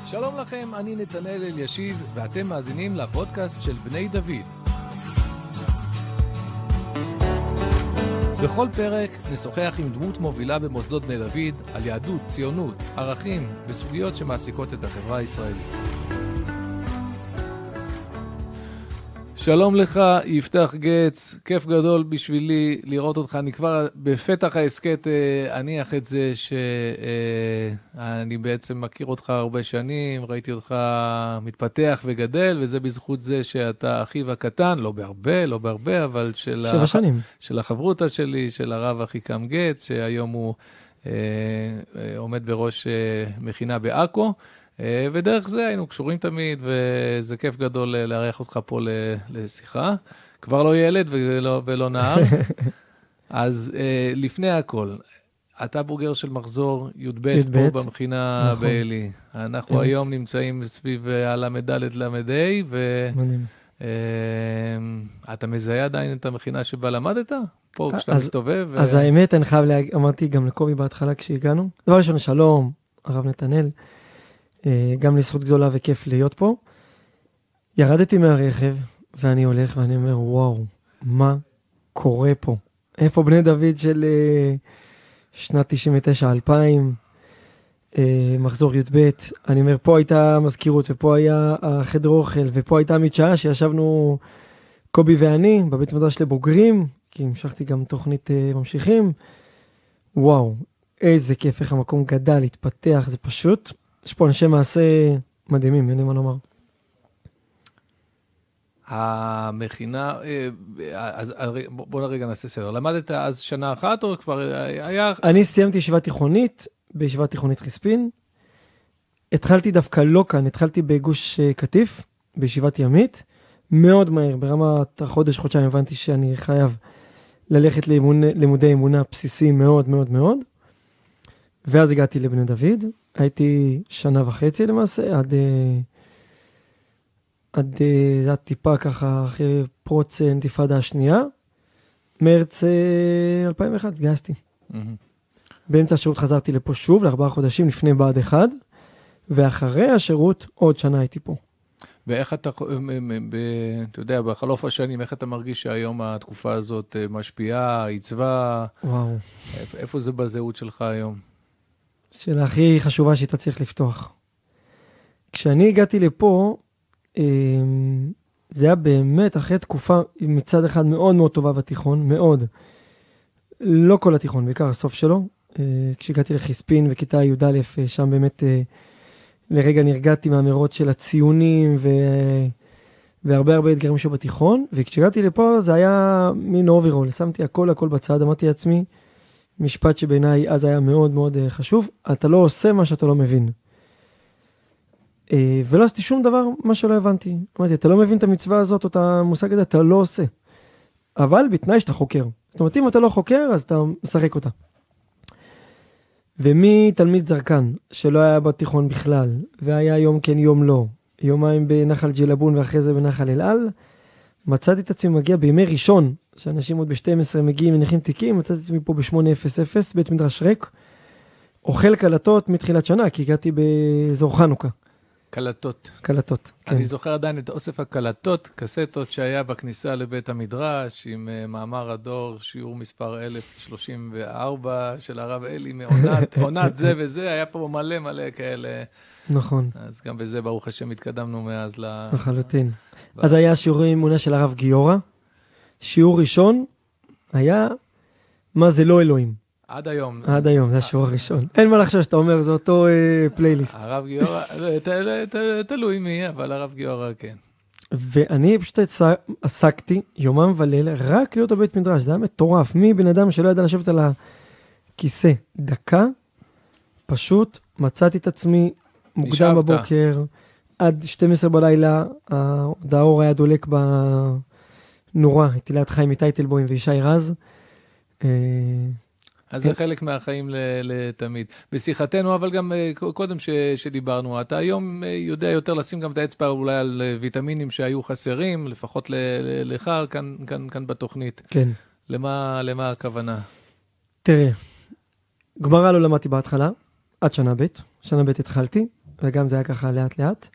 שלום לכם, אני נתנאל אלישיב, ואתם מאזינים לפודקאסט של בני דוד. בכל פרק נשוחח עם דמות מובילה במוסדות בני דוד על יהדות, ציונות, ערכים וסוגיות שמעסיקות את החברה הישראלית. שלום לך, יפתח גץ, כיף גדול בשבילי לראות אותך. אני כבר בפתח העסקת אניח את זה שאני בעצם מכיר אותך הרבה שנים, ראיתי אותך מתפתח וגדל, וזה בזכות זה שאתה אחיו הקטן, לא בהרבה, אבל של החברותה שלי, של הרב אחיקם גץ, שהיום הוא עומד בראש מכינה בעכו, ודרך זה היינו קשורים תמיד, וזה כיף גדול לארח אותך פה לשיחה. כבר לא ילד ולא נער. אז לפני הכל, אתה בוגר של מחזור י"ב פה במכינה באלי. אנחנו היום נמצאים סביב הלמדלת למדי, ואתה מזהה עדיין את המכינה שבה למדת? פה כשאתה מסתובב. אז האמת, אני חייב אמרתי גם לקובי בהתחלה כשהגענו. דבר ראשון, שלום, הרב נתנאל. גם לזכות גדולה וכיף להיות פה. ירדתי מהרכב, ואני הולך ואני אומר, וואו, מה קורה פה? איפה בני דוד של שנת 99-2000, מחזור י"ב, אני אומר, פה הייתה מזכירות, ופה היה החדר אוכל, ופה הייתה מדשאה שישבנו קובי ואני, בבית מדרש לבוגרים, כי המשכתי גם תוכנית ממשיכים. וואו, איזה כיף, איך המקום גדל, התפתח, זה פשוט. יש פה אנשי מעשה מדהימים, אין לי מה לומר. המכינה, אז בוא נרגע נעשה סדר. למדת אז שנה אחת או כבר היה? אני סיימתי ישיבה תיכונית, בישיבה תיכונית חספין. התחלתי דווקא לא כאן, התחלתי בגוש קטיף, בישיבת ימית. מאוד מהר, ברמת החודש, חודשיים, הבנתי שאני חייב ללכת לימודי אמונה בסיסיים מאוד מאוד מאוד. ואז הגעתי לבני דוד. הייתי שנה וחצי למעשה, עד טיפה ככה אחרי פרוץ אינתיפאדה השנייה. מרץ 2001 התגייסתי. באמצע השירות חזרתי לפה שוב, ל4 חודשים לפני בה"ד 1, ואחרי השירות עוד שנה הייתי פה. ואיך אתה יודע, בחלוף השנים, איך אתה מרגיש שהיום התקופה הזאת משפיעה, עיצבה? וואו. איפה זה בזהות שלך היום? שאלה הכי חשובה שאתה צריך לפתוח. כשאני הגעתי לפה, זה היה באמת אחרי תקופה מצד אחד מאוד מאוד טובה בתיכון, מאוד. לא כל התיכון, בעיקר הסוף שלו. כשהגעתי לחספין וכיתה י"א, שם באמת לרגע נרגעתי מהאמירות של הציונים והרבה אתגרים שבתיכון. וכשהגעתי לפה זה היה מין אוברול, שמתי הכל בצד, אמרתי לעצמי, משפט שבעיניי אז היה מאוד מאוד חשוב, אתה לא עושה מה שאתה לא מבין. ולא עשיתי שום דבר מה שלא הבנתי. אמרתי, אתה לא מבין את המצווה הזאת או את המושג הזה, אתה לא עושה. אבל בתנאי שאתה חוקר. זאת אומרת, אם אתה לא חוקר, אז אתה משחק אותה. ומי תלמיד זרקן, שלא היה בתיכון בכלל, והיה יום כן יום לא, יומיים בנחל ג'לבון ואחרי זה בנחל אל-על, מצאתי את עצמי מגיע בימי ראשון, שאנשים עוד ב-12 מגיעים מניחים תיקים, מצאתי את עצמי פה ב-8:00, בית מדרש ריק, אוכל קלטות מתחילת שנה, כי הגעתי באזור חנוכה. קלטות. קלטות, כן. אני זוכר עדיין את אוסף הקלטות, קסטות שהיה בכניסה לבית המדרש, עם מאמר הדור, שיעור מספר 1034 של הרב אלי, מעונת זה וזה, היה פה מלא כאלה. נכון. אז גם בזה ברוך השם התקדמנו מאז לחלוטין. אז היה שיעורי אמונה של הרב גיורא. שיעור ראשון היה מה זה לא אלוהים. עד היום. עד היום, זה השיעור הראשון. אין מה לחשוב שאתה אומר, זה אותו פלייליסט. הרב גיורא, תלוי מי, אבל הרב גיורא כן. ואני פשוט עסקתי יומם וליל רק להיות בבית מדרש. זה היה מטורף. מי בן אדם שלא ידע לשבת על הכיסא דקה, פשוט מצאתי את עצמי מוקדם בבוקר, עד 12 בלילה, האור היה דולק בנורה, הייתי ליד חיים מטייטלבוים וישי רז. אז זה חלק מהחיים לתמיד. בשיחתנו, אבל גם קודם שדיברנו, אתה היום יודע יותר לשים גם את האצבע אולי על ויטמינים שהיו חסרים, לפחות לך כאן בתוכנית. כן. למה הכוונה? תראה, גמרא לא למדתי בהתחלה, עד שנה ב' התחלתי, וגם זה היה ככה לאט לאט.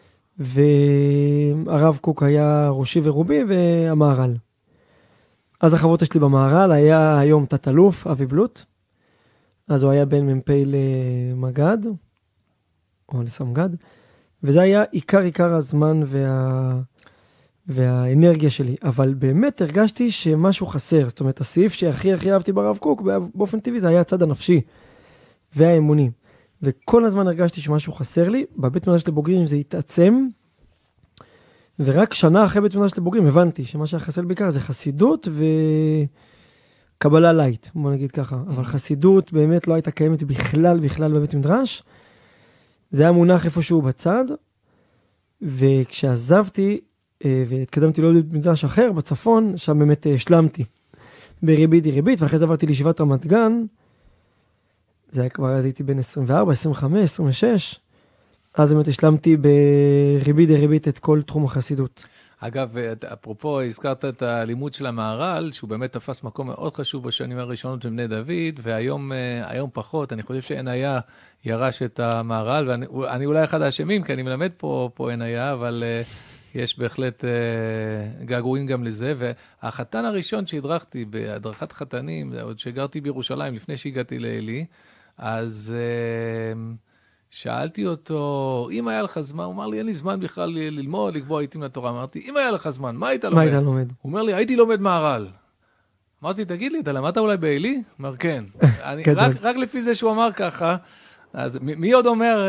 והרב קוק היה ראשי ורובי והמהר"ל. אז החברות שלי במהר"ל היה היום תת-אלוף אבי בלוט, אז הוא היה בין מ"פ למג"ד, או לסמג"ד, וזה היה עיקר הזמן והאנרגיה שלי, אבל באמת הרגשתי שמשהו חסר, זאת אומרת, הסעיף שהכי אהבתי ברב קוק, באופן טבעי זה היה הצד הנפשי והאמוני, וכל הזמן הרגשתי שמשהו חסר לי, בבית מדרש לבוגרים זה התעצם, ורק שנה אחרי בית מדרש לבוגרים הבנתי שמה שהיה חסר בעיקר זה חסידות וקבלה לייט, בוא נגיד ככה, אבל חסידות באמת לא הייתה קיימת בכלל בבית מדרש, זה היה מונח איפשהו בצד, וכשעזבתי והתקדמתי לא בבית מדרש אחר בצפון, שם באמת השלמתי בריבית, ואחרי זה עברתי לישיבת רמת גן, זה היה כבר, אז הייתי בין 24, 25, 26, אז באמת השלמתי בריבית את כל תחום החסידות. אגב, אפרופו, הזכרת את הלימוד של המהר"ל, שהוא באמת תפס מקום מאוד חשוב בשנים הראשונות בבני דוד, והיום פחות, אני חושב שאין היה ירש את המהר"ל, ואני אולי אחד האשמים, כי אני מלמד פה אין היה, אבל יש בהחלט געגועים גם לזה, והחתן הראשון שהדרכתי בהדרכת חתנים, עוד שגרתי בירושלים לפני שהגעתי לאלי, אז שאלתי אותו, אם היה לך זמן, הוא אמר לי, אין לי זמן בכלל ללמוד, לקבוע עיתים לתורה. אמרתי, אם היה לך זמן, מה היית לומד? הוא אומר לי, הייתי לומד מהר"ל. אמרתי, תגיד לי, אתה למדת אולי באלי? הוא אומר, כן. רק לפי זה שהוא אמר ככה, אז מי עוד אומר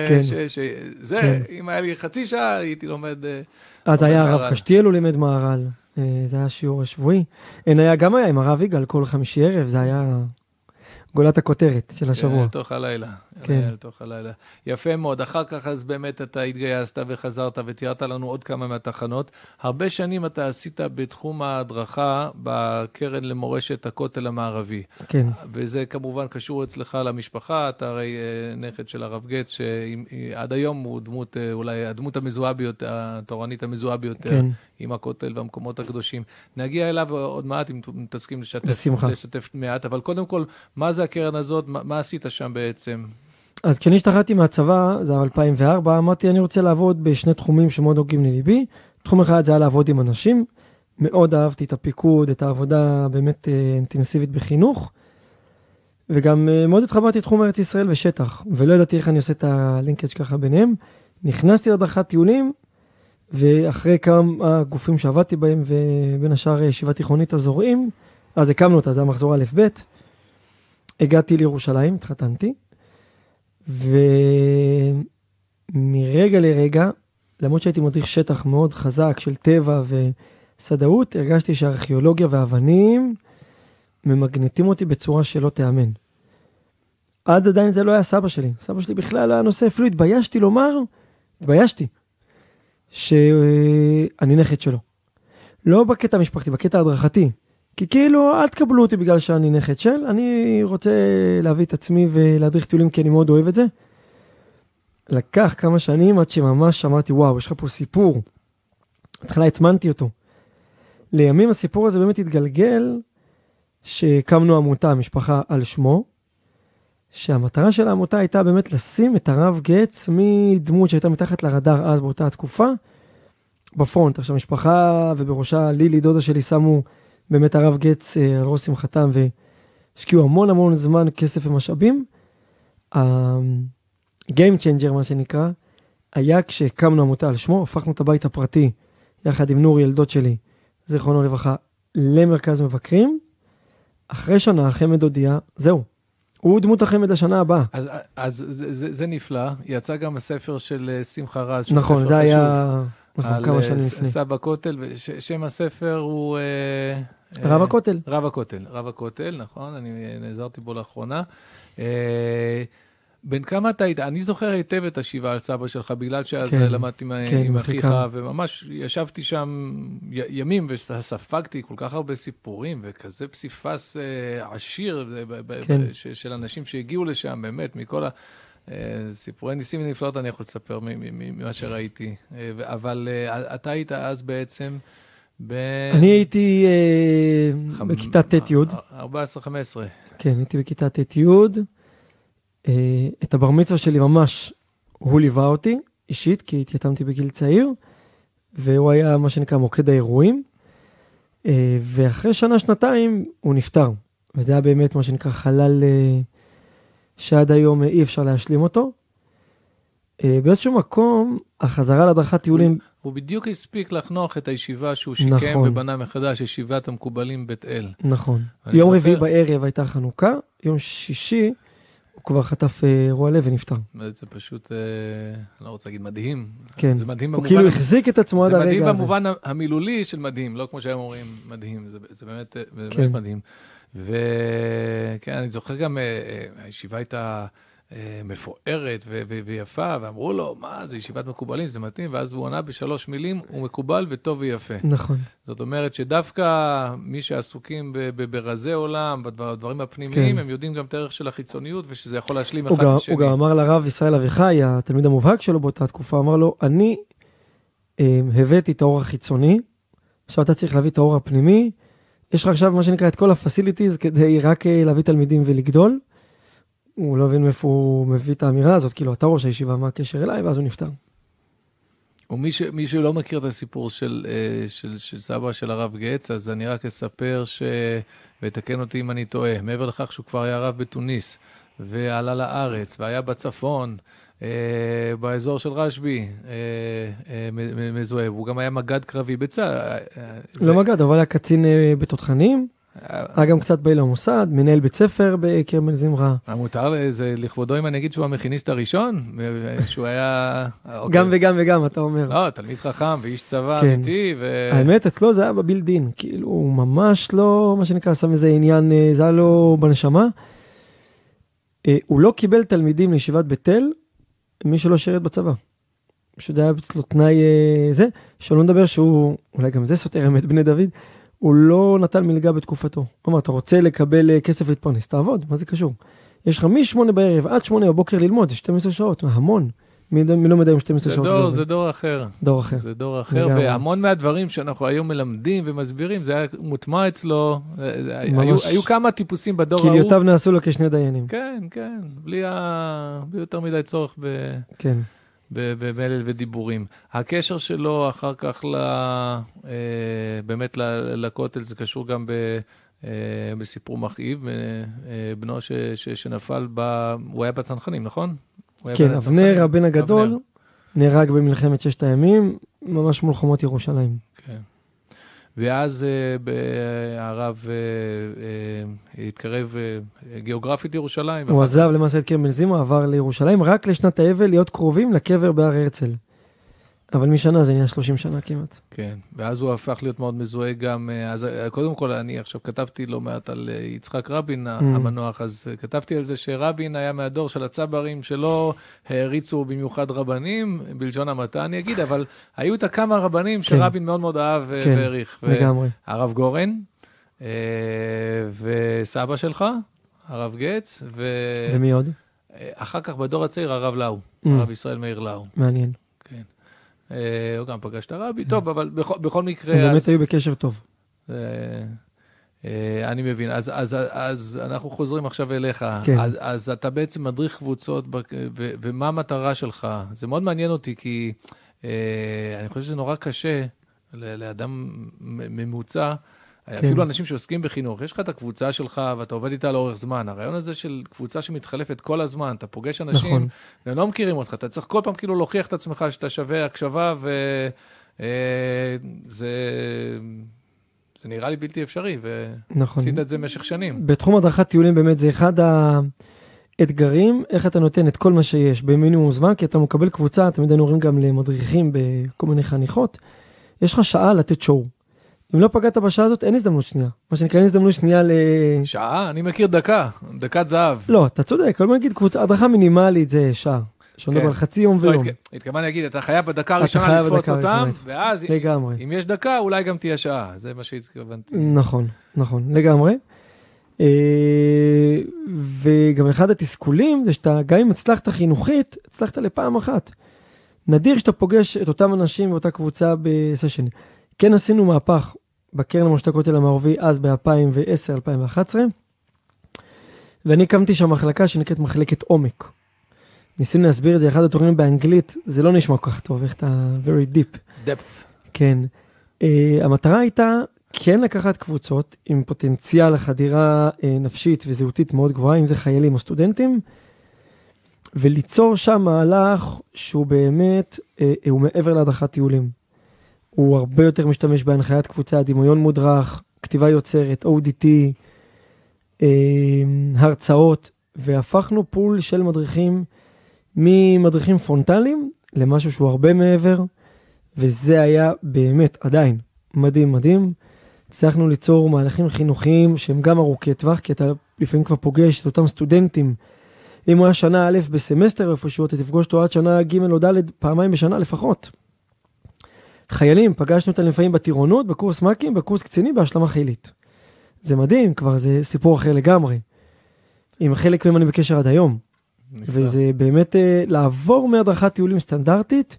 שזה, אם היה לי חצי שעה, הייתי לומד אז היה הרב קשתיאל, הוא לימד מהר"ל. זה היה שיעור השבועי. גם היה עם הרב יגאל כל חמישי ערב, זה היה גולת הכותרת של השבוע. לתוך הלילה. לתוך הלילה. יפה מאוד. אחר כך אז באמת אתה התגייסת וחזרת ותיארת לנו עוד כמה מהתחנות. הרבה שנים אתה עשית בתחום ההדרכה בקרן למורשת הכותל המערבי. כן. וזה כמובן קשור אצלך למשפחה. אתה הרי נכד של הרב גץ, שעד היום הוא דמות, אולי הדמות המזוהה ביותר, התורנית המזוהה ביותר, כן. עם הכותל והמקומות הקדושים. נגיע אליו עוד מעט, אם תסכים לשתף מעט, אבל קודם כל, מה זה הקרן הזאת? מה עשית שם בעצם? אז כשאני השתחררתי מהצבא, זה 2004, אמרתי, אני רוצה לעבוד בשני תחומים שמאוד נוגעים לליבי. תחום אחד זה היה לעבוד עם אנשים. מאוד אהבתי את הפיקוד, את העבודה באמת אינטנסיבית בחינוך. וגם מאוד התחברתי לתחום ארץ ישראל ושטח. ולא ידעתי איך אני עושה את הלינקג' ככה ביניהם. נכנסתי להדרכת טיולים, ואחרי כמה גופים שעבדתי בהם, ובין השאר ישיבה תיכונית הזורעים, אז הקמנו אותה, זה המחזור א' ב'. הגעתי לירושלים, התחתנתי, ומרגע לרגע, למרות שהייתי מדריך שטח מאוד חזק של טבע וסדאות, הרגשתי שהארכיאולוגיה והאבנים ממגנטים אותי בצורה שלא תאמן. עד עדיין זה לא היה סבא שלי. סבא שלי בכלל היה נושא, אפילו התביישתי שאני נכד שלו. לא בקטע המשפחתי, בקטע הדרכתי. כי כאילו, אל תקבלו אותי בגלל שאני נכד של, אני רוצה להביא את עצמי ולהדריך טיולים, כי אני מאוד אוהב את זה. לקח כמה שנים עד שממש אמרתי, וואו, יש לך פה סיפור. התחלה התמנתי אותו. לימים הסיפור הזה באמת התגלגל, שקמנו עמותה, המשפחה על שמו, שהמטרה של העמותה הייתה באמת לשים את הרב גץ מדמות שהייתה מתחת לרדאר אז באותה התקופה, בפרונט. עכשיו, משפחה ובראשה לילי, דודה שלי, שמו באמת הרב גץ על ראש שמחתם, והשקיעו המון זמן, כסף ומשאבים. ה-game changer, מה שנקרא, היה כשקמנו עמותה על שמו, הפכנו את הבית הפרטי, יחד עם נור ילדות שלי, זיכרונו לברכה, למרכז מבקרים. אחרי שנה, החמד הודיע, זהו. הוא דמות החמד לשנה הבאה. אז זה נפלא. יצא גם הספר של שמחה רז. נכון, זה היה כמה שנים לפני. על סבא כותל, שם הספר הוא רב הכותל. רב הכותל, נכון, אני נעזרתי בו לאחרונה. בין כמה אתה היית, אני זוכר היטב את השיבה על סבא שלך, בגלל שאז למדתי עם אחיך, וממש ישבתי שם ימים, וספגתי כל כך הרבה סיפורים, וכזה פסיפס עשיר של אנשים שהגיעו לשם, באמת, מכל סיפורי ניסים ונפלאות אני יכול לספר ממה שראיתי. אבל אתה היית אז בעצם אני הייתי בכיתה ט'-י'. 14-15. כן, הייתי בכיתה ט'-י'. את הבר מצווה שלי ממש הוא ליווה אותי אישית, כי התייתמתי בגיל צעיר, והוא היה מה שנקרא מוקד האירועים, ואחרי שנה-שנתיים הוא נפטר. וזה היה באמת מה שנקרא חלל שעד היום אי אפשר להשלים אותו. באיזשהו מקום, החזרה להדרכת טיולים... הוא בדיוק הספיק לחנוך את הישיבה שהוא שיקם ובנה מחדש, ישיבת המקובלים בית אל. נכון. יום רביעי בערב הייתה חנוכה, יום שישי הוא כבר חטף אירוע לב ונפטר. זה פשוט, אני לא רוצה להגיד מדהים. כן, זה מדהים הוא כאילו החזיק את עצמו עד הרגע הזה. זה מדהים במובן המילולי של מדהים, לא כמו שהם אומרים מדהים, זה באמת מדהים. וכן, אני זוכר גם, הישיבה הייתה מפוארת ויפה, ואמרו לו, מה, זה ישיבת מקובלים, זה מתאים, ואז הוא עונה בשלוש מילים, הוא מקובל וטוב ויפה. נכון. זאת אומרת שדווקא מי שעסוקים ברזי עולם, בדברים הפנימיים, הם יודעים גם את הערך של החיצוניות, ושזה יכול להשלים אחד את השני. הוא גם אמר לרב ישראל אביחי, התלמיד המובהק שלו באותה תקופה, אמר לו, אני הבאתי את האור החיצוני, עכשיו אתה צריך להביא את האור הפנימי, יש לך עכשיו מה שנקרא את כל הפסיליטיז, כדי רק להביא תלמידים ולגדול, הוא לא הבין מאיפה הוא מביא את האמירה הזאת, כאילו, אתה ראש הישיבה, מה הקשר אליי, ואז הוא נפטר. ומי שלא מכיר את הסיפור של סבא של הרב גץ, אז אני רק אספר ותקן אותי אם אני טועה, מעבר לכך שהוא כבר היה רב בתוניס, ועלה לארץ, והיה בצפון, באזור של רשבי, מזוהה, הוא גם היה מגד קרבי בצה"ל. לא מגד, אבל היה קצין בתותחנים, היה גם קצת פעיל המוסד, מנהל בית ספר בכרמל זמרה. מותר זה לכבודו אם אני אגיד שהוא המכיניסט הראשון? שהוא היה... גם וגם וגם, אתה אומר. לא, תלמיד חכם ואיש צבא אמיתי. האמת, אצלו זה היה בבילדין. כאילו, הוא ממש לא, מה שנקרא, שם איזה עניין, זה היה לו בנשמה. הוא לא קיבל תלמידים לישיבת בית אל, מי שלא שירת בצבא. פשוט היה אצלו תנאי זה, שלא נדבר שהוא, אולי גם זה סותר אמת בני דוד, הוא לא נתן מלגה בתקופתו. הוא אמר, אתה רוצה לקבל כסף להתפרנס, תעבוד, מה זה קשור? יש לך מ-8 בערב עד 8 בבוקר ללמוד, זה 12 שעות, המון. מי לא מדע עם 12 שעות? זה דור אחר. דור אחר. זה דור אחר, והמון מהדברים שאנחנו היום מלמדים ומסבירים, זה היה מוטמע אצלו, היו כמה טיפוסים בדור ההוא. כליותיו נעשו לו כשני דיינים. כן, כן, בלי יותר מדי צורך כן. במלל ודיבורים. הקשר שלו אחר כך באמת לכותל, זה קשור גם בסיפור מכאיב, בנו שנפל, הוא היה בצנחנים, נכון? כן, אבנר, הבן הגדול, נהרג במלחמת ששת הימים, ממש מול חומות ירושלים. כן. ואז הרב התקרב גיאוגרפית לירושלים. הוא עזב למעשה את כרמל זמרה, עבר לירושלים, רק לשנת האבל להיות קרובים לקבר בהר הרצל. אבל משנה זה נהיה 30 שנה כמעט. כן, ואז הוא הפך להיות מאוד מזוהה גם, אז קודם כל אני עכשיו כתבתי לא מעט על יצחק רבין המנוח, אז כתבתי על זה שרבין היה מהדור של הצברים שלא הריצו במיוחד רבנים, בלשון המעטה אני אגיד, אבל היו את כמה רבנים שרבין מאוד מאוד אהב והעריך. לגמרי. הרב גורן, וסבא שלך, הרב גץ, ומי עוד? אחר כך בדור הצעיר הרב לאו, הרב ישראל מאיר לאו. מעניין. כן. הוא גם פגש את הרבי, טוב, אבל בכל מקרה... הם באמת היו בקשר טוב. אני מבין. אז אנחנו חוזרים עכשיו אליך. אז אתה בעצם מדריך קבוצות, ומה המטרה שלך? זה מאוד מעניין אותי, כי אני חושב שזה נורא קשה לאדם ממוצע, אפילו אנשים שעוסקים בחינוך. יש לך את הקבוצה שלך, ואתה עובד איתה לאורך זמן. הרעיון הזה של קבוצה שמתחלפת כל הזמן, אתה פוגש אנשים, והם לא מכירים אותך. אתה צריך כל פעם כאילו להוכיח את עצמך שאתה שווה הקשבה, וזה נראה לי בלתי אפשרי, ועשית את זה במשך שנים. בתחום הדרכת טיולים באמת זה אחד האתגרים, איך אתה נותן את כל מה שיש במינימום זמן, כי אתה מקבל קבוצה, תמיד היינו רואים גם למדריכים בכל מיני חניכות, יש לך שעה לתת שואו. אם לא פגעת בשעה הזאת, אין הזדמנות שנייה. מה שנקרא, אין הזדמנות שנייה שעה? אני מכיר דקה, דקת זהב. לא, אתה צודק, אבל נגיד, הדרכה מינימלית זה שעה. שונה על חצי יום ויום. התכוון להגיד, אתה חייב בדקה הראשונה לתפוץ אותם, ואז אם יש דקה, אולי גם תהיה שעה. זה מה שהתכוונתי. נכון, נכון, לגמרי. וגם אחד התסכולים, זה שאתה, גם אם הצלחת חינוכית, הצלחת לפעם אחת. נדיר שאתה פוגש את אותם אנשים ואותה קבוצה בסשן. כן עשינו מהפך בקרן למורשת הכותל המערבי, אז ב-2010-2011, ואני הקמתי שם מחלקה שנקראת מחלקת עומק. ניסינו להסביר את זה, אחד התורים באנגלית, זה לא נשמע כל כך טוב, איך אתה very deep. depth. כן. המטרה הייתה כן לקחת קבוצות עם פוטנציאל לחדירה נפשית וזהותית מאוד גבוהה, אם זה חיילים או סטודנטים, וליצור שם מהלך שהוא באמת, הוא מעבר להדרכת טיולים. הוא הרבה יותר משתמש בהנחיית קבוצה, דמיון מודרך, כתיבה יוצרת, ODT, הרצאות, והפכנו פול של מדריכים ממדריכים פרונטליים למשהו שהוא הרבה מעבר, וזה היה באמת עדיין מדהים מדהים. הצלחנו ליצור מהלכים חינוכיים שהם גם ארוכי טווח, כי אתה לפעמים כבר פוגש את אותם סטודנטים. אם הוא היה שנה א' בסמסטר איפשהו, אתה תפגוש אותו עד שנה ג' או ד' פעמיים בשנה לפחות. חיילים, פגשנו אותם לפעמים בטירונות, בקורס מקים, בקורס קציני, בהשלמה חיילית. זה מדהים, כבר זה סיפור אחר לגמרי. עם חלק מהם אני בקשר עד היום. נפלא. וזה באמת לעבור מהדרכת טיולים סטנדרטית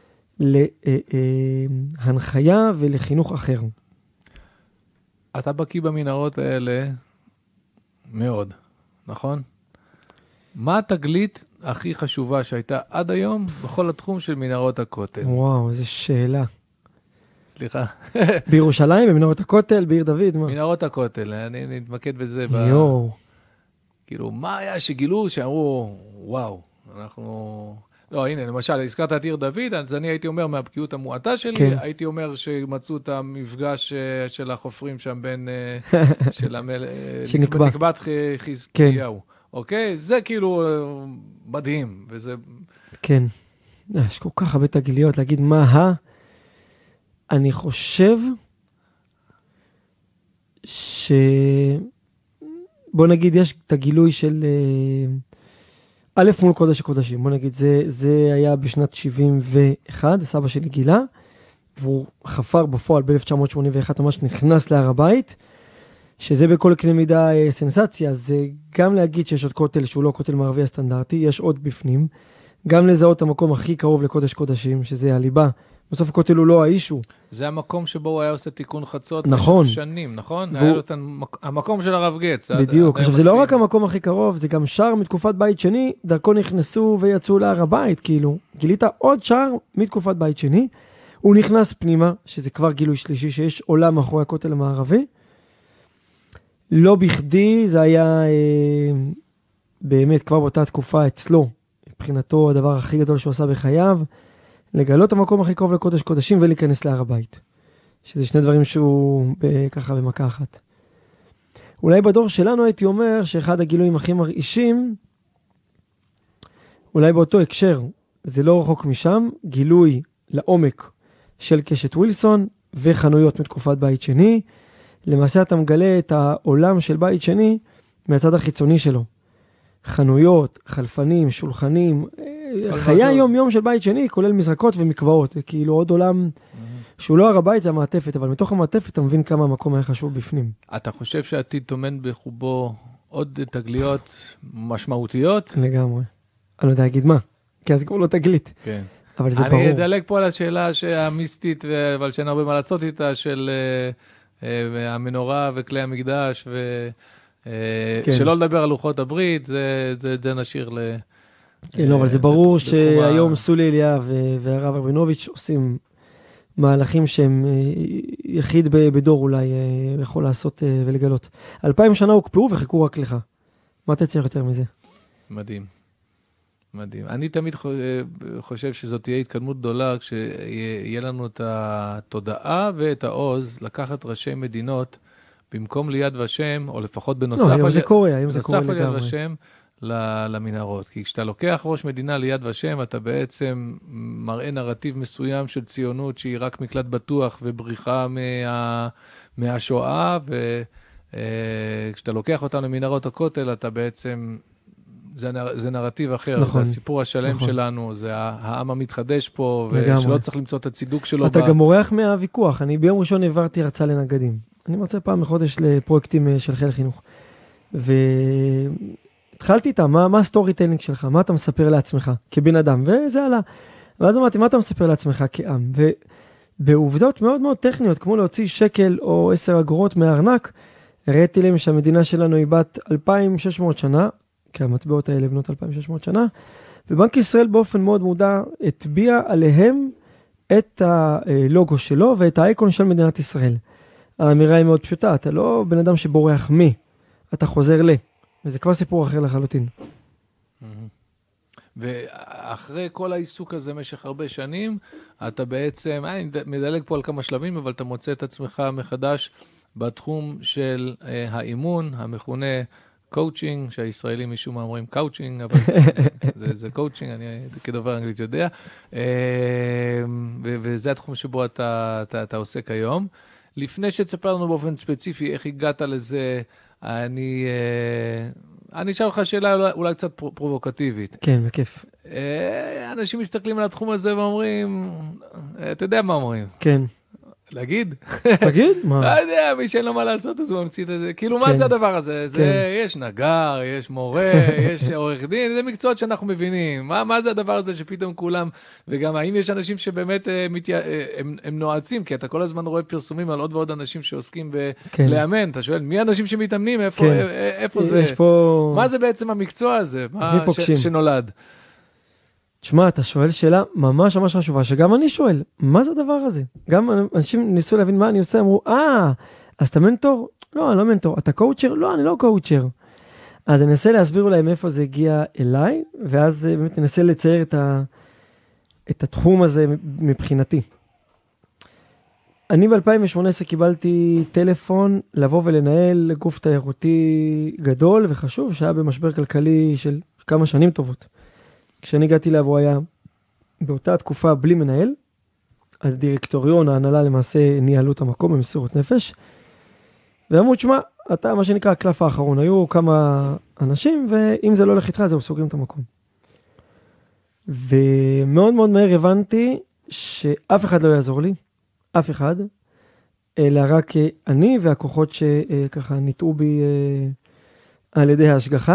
להנחיה ולחינוך אחר. אתה בקיא במנהרות האלה מאוד, נכון? מה התגלית הכי חשובה שהייתה עד היום בכל התחום של מנהרות הכותל? וואו, איזו שאלה. סליחה. בירושלים, במנהרות הכותל, בעיר דוד, מה? מנהרות הכותל, אני נתמקד בזה. יואו. כאילו, מה היה שגילו שאמרו, וואו, אנחנו... לא, הנה, למשל, הזכרת את עיר דוד, אז אני הייתי אומר מהבקיאות המועטה שלי, כן. הייתי אומר שמצאו את המפגש של החופרים שם בין... נקבת חזקיהו. כן. אוקיי? זה כאילו מדהים, וזה... כן. יש כל כך הרבה תגליות להגיד מה אני חושב בוא נגיד, יש את הגילוי של א' מול קודש הקודשים. בוא נגיד, זה היה בשנת 71, סבא שלי גילה, והוא חפר בפועל ב-1981, ממש נכנס להר הבית, שזה בכל קנה מידה סנסציה. זה גם להגיד שיש עוד כותל שהוא לא כותל מערבי הסטנדרטי, יש עוד בפנים, גם לזהות המקום הכי קרוב לקודש קודשים, שזה הליבה. בסוף הכותל הוא לא האישו. זה המקום שבו הוא היה עושה תיקון חצות. נכון. שנים, נכון? היה לו המקום של הרב גץ. בדיוק. עכשיו, זה לא רק המקום הכי קרוב, זה גם שער מתקופת בית שני, דרכו נכנסו ויצאו להר הבית, כאילו. גילית עוד שער מתקופת בית שני, הוא נכנס פנימה, שזה כבר גילוי שלישי, שיש עולם מאחורי הכותל המערבי. לא בכדי, זה היה באמת כבר באותה תקופה אצלו, מבחינתו הדבר הכי גדול שהוא עשה בחייו, לגלות המקום הכי קרוב לקודש קודשים ולהיכנס להר הבית. שזה שני דברים שהוא ככה במכה אחת. אולי בדור שלנו הייתי אומר שאחד הגילויים הכי מרעישים, אולי באותו הקשר, זה לא רחוק משם, גילוי לעומק של קשת ווילסון וחנויות מתקופת בית שני. למעשה אתה מגלה את העולם של בית שני מהצד החיצוני שלו. חנויות, חלפנים, שולחנים, חיי יום של בית שני, כולל מזרקות ומקוואות. כאילו עוד עולם שהוא לא הר הבית, זה המעטפת, אבל מתוך המעטפת אתה מבין כמה המקום היה חשוב בפנים. אתה חושב שהעתיד טומן בחובו עוד תגליות משמעותיות? לגמרי. אני לא יודע להגיד מה, כי אז כבר לא תגלית. כן. אבל זה ברור. אני אדלג פה על השאלה המיסטית, אבל שאין הרבה מה לעשות איתה, של המנורה וכלי המקדש, שלא לדבר על לוחות הברית, זה נשאיר ל... לא, אבל זה ברור שהיום סולי אליאב והרב רבינוביץ' עושים מהלכים שהם יחיד בדור אולי יכול לעשות ולגלות. 2000 שנה הוקפאו וחיכו רק לך. מה אתה צריך יותר מזה? מדהים. מדהים. אני תמיד חושב שזאת תהיה התקדמות גדולה, כשיהיה לנו את התודעה ואת העוז לקחת ראשי מדינות במקום ליד ושם, או לפחות בנוסף לא, היום זה קורה לגמרי. ליד ושם, למנהרות. כי כשאתה לוקח ראש מדינה ליד ושם, אתה בעצם מראה נרטיב מסוים של ציונות, שהיא רק מקלט בטוח ובריחה מהשואה, וכשאתה לוקח אותנו למנהרות הכותל, אתה בעצם... זה נרטיב אחר, נכון, זה הסיפור השלם נכון. שלנו, זה העם המתחדש פה, ושלא צריך למצוא את הצידוק שלו. אתה גם מורח מהוויכוח. אני ביום ראשון העברתי הרצאה לנגדים. אני מרצה פעם בחודש לפרויקטים של חיל חינוך. והתחלתי איתם, מה הסטורי טיילינג שלך? מה אתה מספר לעצמך כבן אדם? וזה עלה. ואז אמרתי, מה אתה מספר לעצמך כעם? ובעובדות מאוד מאוד טכניות, כמו להוציא שקל או 10 אגורות מהארנק, הראיתי להם שהמדינה שלנו היא בת 2,600 שנה, כי המטבעות האלה בנות 2,600 שנה, ובנק ישראל באופן מאוד מודע הטביע עליהם את הלוגו שלו ואת האייקון של מדינת ישראל. האמירה היא מאוד פשוטה, אתה לא בן אדם שבורח מי, אתה חוזר ל, וזה כבר סיפור אחר לחלוטין. ואחרי כל העיסוק הזה במשך הרבה שנים, אתה בעצם, אני מדלג פה על כמה שלבים, אבל אתה מוצא את עצמך מחדש בתחום של האימון, המכונה קואוצ'ינג, שהישראלים משום מה אומרים קאוצ'ינג, אבל זה קואוצ'ינג, אני כדובר אנגלית יודע, וזה התחום שבו אתה עוסק היום. לפני שתספר לנו באופן ספציפי איך הגעת לזה, אני אשאל לך שאלה אולי קצת פרובוקטיבית. כן, בכיף. אנשים מסתכלים על התחום הזה ואומרים, אתה יודע מה אומרים? כן. להגיד? תגיד? מה? לא יודע, מי שאין לו מה לעשות, אז הוא ממציא את זה. כאילו, מה זה הדבר הזה? יש נגר, יש מורה, יש עורך דין, זה מקצועות שאנחנו מבינים. מה זה הדבר הזה שפתאום כולם, וגם האם יש אנשים שבאמת הם נועצים, כי אתה כל הזמן רואה פרסומים על עוד ועוד אנשים שעוסקים בלאמן. אתה שואל, מי האנשים שמתאמנים? איפה זה? מה זה בעצם המקצוע הזה? שנולד? תשמע, אתה שואל שאלה ממש ממש חשובה, שגם אני שואל, מה זה הדבר הזה? גם אנשים ניסו להבין מה אני עושה, אמרו, אז אתה מנטור? לא, אני לא מנטור. אתה קואוצ'ר? לא, אני לא קואוצ'ר. אז אני אנסה להסביר אולי מאיפה זה הגיע אליי, ואז באמת ננסה לצייר את התחום הזה מבחינתי. אני ב-2018 קיבלתי טלפון לבוא ולנהל גוף תיירותי גדול וחשוב, שהיה במשבר כלכלי של כמה שנים טובות. כשאני הגעתי אליו הוא היה באותה תקופה בלי מנהל, הדירקטוריון, ההנהלה למעשה ניהלו את המקום במסירות נפש, ואמרו, תשמע, אתה מה שנקרא הקלף האחרון, היו כמה אנשים, ואם זה לא הולך איתך, זהו, סוגרים את המקום. ומאוד מאוד מהר הבנתי שאף אחד לא יעזור לי, אף אחד, אלא רק אני והכוחות שככה ניטעו בי על ידי ההשגחה,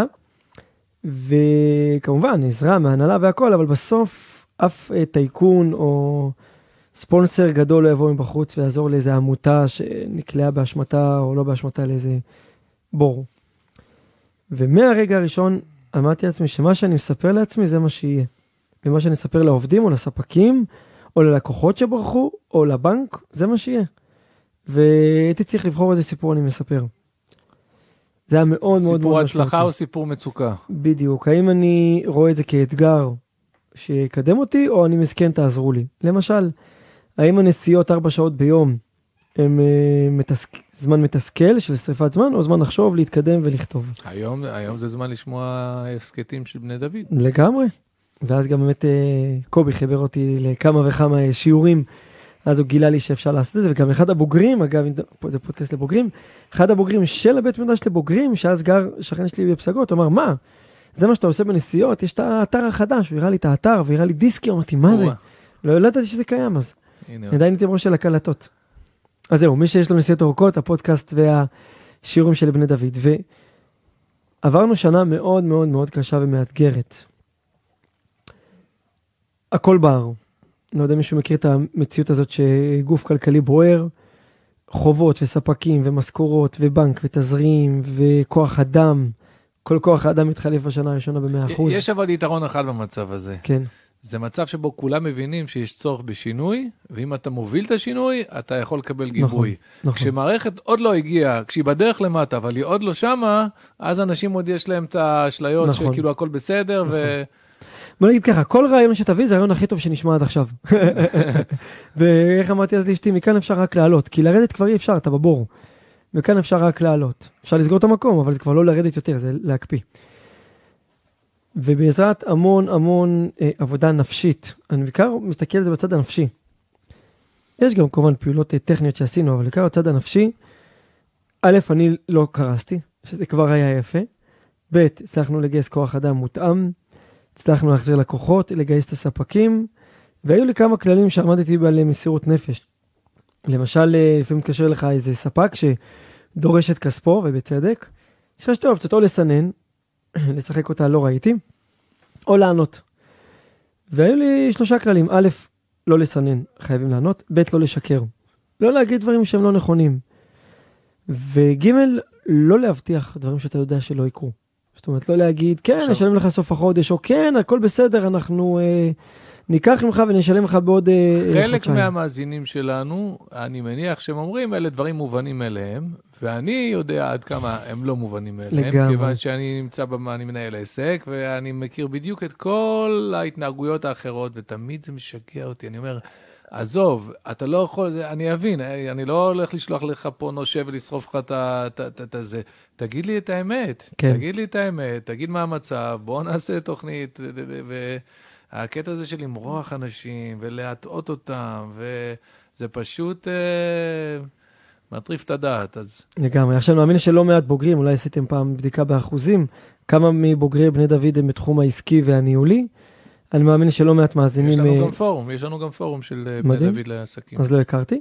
וכמובן, עזרה מהנהלה והכל, אבל בסוף אף טייקון או ספונסר גדול לא יבוא מבחוץ ויעזור לאיזו עמותה שנקלעה באשמתה או לא באשמתה לאיזה בור. ומהרגע הראשון אמרתי לעצמי שמה שאני מספר לעצמי זה מה שיהיה. ומה שאני אספר לעובדים או לספקים או ללקוחות שברחו או לבנק, זה מה שיהיה. והייתי צריך לבחור איזה סיפור אני מספר. זה היה מאוד מאוד מאוד סיפור הצלחה או סיפור מצוקה? בדיוק. האם אני רואה את זה כאתגר שיקדם אותי, או אני מסכן תעזרו לי? למשל, האם הנסיעות 4 שעות ביום הם זמן מתסכל של שריפת זמן, או זמן לחשוב, להתקדם ולכתוב? היום זה זמן לשמוע הסקטים של בני דוד. לגמרי. ואז גם באמת קובי חיבר אותי לכמה וכמה שיעורים, אז הוא גילה לי שאפשר לעשות את זה, וגם אחד הבוגרים, אגב, זה פודקאסט לבוגרים, אחד הבוגרים של הבית מדרש לבוגרים, שאז גר שכן שלי בפסגות, הוא אמר, מה? זה מה שאתה עושה בנסיעות, יש את האתר החדש, הוא הראה לי את האתר, והראה לי דיסקי, אמרתי, מה זה? לא ידעתי שזה קיים, אז עדיין הייתי בראש של הקלטות. אז זהו, מי שיש לו נסיעות ארוכות, הפודקאסט והשיעורים של בני דוד, ועברנו שנה מאוד מאוד מאוד קשה ומאתגרת. הכל בער. לא יודע אם מישהו מכיר את המציאות הזאת שגוף כלכלי בוער, חובות וספקים ומשכורות ובנק ותזרים וכוח אדם, כל כוח האדם מתחלף בשנה הראשונה ב100%. יש אבל יתרון אחד במצב הזה. כן. זה מצב שבו כולם מבינים שיש צורך בשינוי, ואם אתה מוביל את השינוי, אתה יכול לקבל גיבוי. נכון. כשמערכת עוד לא הגיעה, כשהיא בדרך למטה, אבל היא עוד לא שמה, אז אנשים עוד יש להם את האשליות נכון. שכאילו הכל בסדר נכון. בוא נגיד ככה, כל רעיון שתביא זה הרעיון הכי טוב שנשמע עד עכשיו. ואיך אמרתי אז לאשתי, מכאן אפשר רק לעלות, כי לרדת כבר אי אפשר, אתה בבור. מכאן אפשר רק לעלות. אפשר לסגור את המקום, אבל זה כבר לא לרדת יותר, זה להקפיא. ובעזרת המון עבודה נפשית, אני בעיקר מסתכל על זה בצד הנפשי. יש גם כמובן פעולות טכניות שעשינו, אבל בעיקר בצד הנפשי, א', אני לא קרסתי, שזה כבר היה יפה. ב', הצלחנו לגייס כוח אדם מותאם, הצלחנו להחזיר לקוחות, לגייס את הספקים, והיו לי כמה כללים שעמדתי בעליהם מסירות נפש. למשל, לפעמים מתקשר לך איזה ספק שדורש את כספו, ובצדק, יש לך שתי אופציות, או לסנן, לשחק אותה לא ראיתי, או לענות. והיו לי 3 כללים, א', לא לסנן, חייבים לענות, ב', לא לשקר. לא להגיד דברים שהם לא נכונים. וג', לא להבטיח דברים שאתה יודע שלא יקרו. זאת אומרת, לא להגיד, כן, נשלם לך סוף החודש, או כן, הכל בסדר, אנחנו ניקח ממך ונשלם לך בעוד חודשיים. חלק מהמאזינים שלנו, אני מניח שהם אומרים, אלה דברים מובנים אליהם, ואני יודע עד כמה הם לא מובנים אליהם, לגמרי. כיוון שאני נמצא אני מנהל עסק, ואני מכיר בדיוק את כל ההתנהגויות האחרות, ותמיד זה משגע אותי. אני אומר, עזוב, אתה לא יכול, אני אבין, אני לא הולך לשלוח לך פה נושב ולשרוף לך את זה. תגיד לי את האמת, כן. תגיד לי את האמת, תגיד מה המצב, בוא נעשה תוכנית, והקטע הזה של למרוח אנשים ולהטעות אותם, וזה פשוט מטריף את הדעת. אז... לגמרי, עכשיו אני מאמין שלא מעט בוגרים, אולי עשיתם פעם בדיקה באחוזים, כמה מבוגרי בני דוד הם בתחום העסקי והניהולי, אני מאמין שלא מעט מאזינים... יש לנו גם פורום של בני דוד לעסקים. אז לא הכרתי.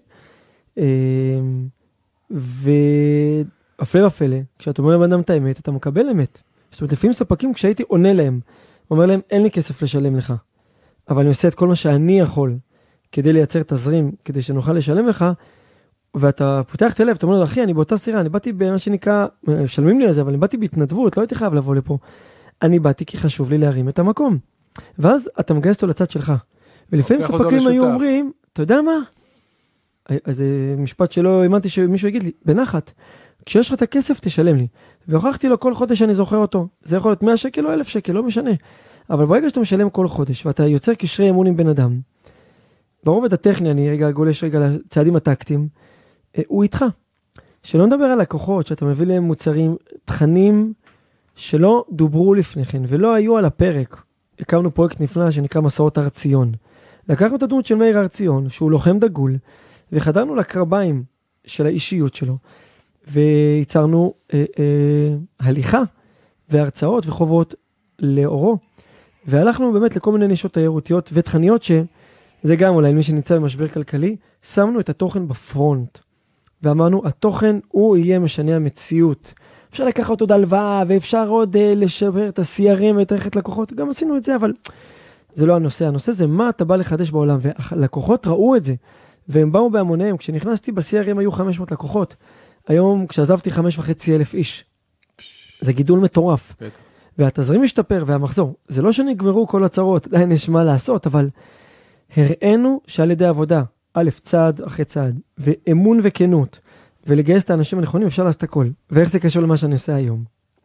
והפלא ופלא, כשאת אומר לבן אדם את האמת, אתה מקבל אמת. זאת אומרת, לפעמים ספקים, כשהייתי עונה להם, אומר להם, אין לי כסף לשלם לך, אבל אני עושה את כל מה שאני יכול, כדי לייצר תזרים, כדי שנוכל לשלם לך, ואתה פותח את הלב, אתה אומר לו, אחי, אני באותה סירה, אני באתי במה שנקרא, משלמים לי על זה, אבל אני באתי בהתנדבות, לא הייתי חייב לבוא לפה. אני באתי כי חשוב לי להרים את המקום. ואז אתה מגייס אותו לצד שלך. ולפעמים ספקים היו אומרים, אתה יודע מה? אז זה משפט שלא האמנתי שמישהו יגיד לי, בנחת, כשיש לך את הכסף תשלם לי. והוכחתי לו כל חודש שאני זוכר אותו. זה יכול להיות 100 שקל או 1,000 שקל, לא משנה. אבל ברגע שאתה משלם כל חודש, ואתה יוצר קשרי אמון עם בן אדם, ברובד הטכני, אני רגע גולש רגע לצעדים הטקטיים, הוא איתך. שלא נדבר על לקוחות, שאתה מביא להם מוצרים, תכנים שלא דוברו לפני כן, ולא היו על הפרק. הקמנו פרויקט נפלא שנקרא מסעות הר ציון. לקחנו את הדמות של מאיר הר ציון, שהוא לוחם דגול, וחדרנו לקרביים של האישיות שלו, וייצרנו הליכה והרצאות וחובות לאורו, והלכנו באמת לכל מיני נישות תיירותיות ותכניות, שזה גם אולי מי שנמצא במשבר כלכלי, שמנו את התוכן בפרונט, ואמרנו, התוכן הוא יהיה משנה המציאות. אפשר לקחת עוד הלוואה, ואפשר עוד לשבר את ה-CRM ואת ערכת לקוחות, גם עשינו את זה, אבל זה לא הנושא. הנושא זה מה אתה בא לחדש בעולם, והלקוחות ראו את זה, והם באו בהמוניהם. כשנכנסתי ב-CRM היו 500 לקוחות, היום כשעזבתי 5,500 איש. זה גידול מטורף. בטח. והתזרים משתפר והמחזור. זה לא שנגמרו כל הצרות, עדיין יש מה לעשות, אבל הראינו שעל ידי עבודה, א', צעד אחרי צעד, ואמון וכנות, ולגייס את האנשים הנכונים, אפשר לעשות הכל. ואיך זה קשור למה שאני עושה היום?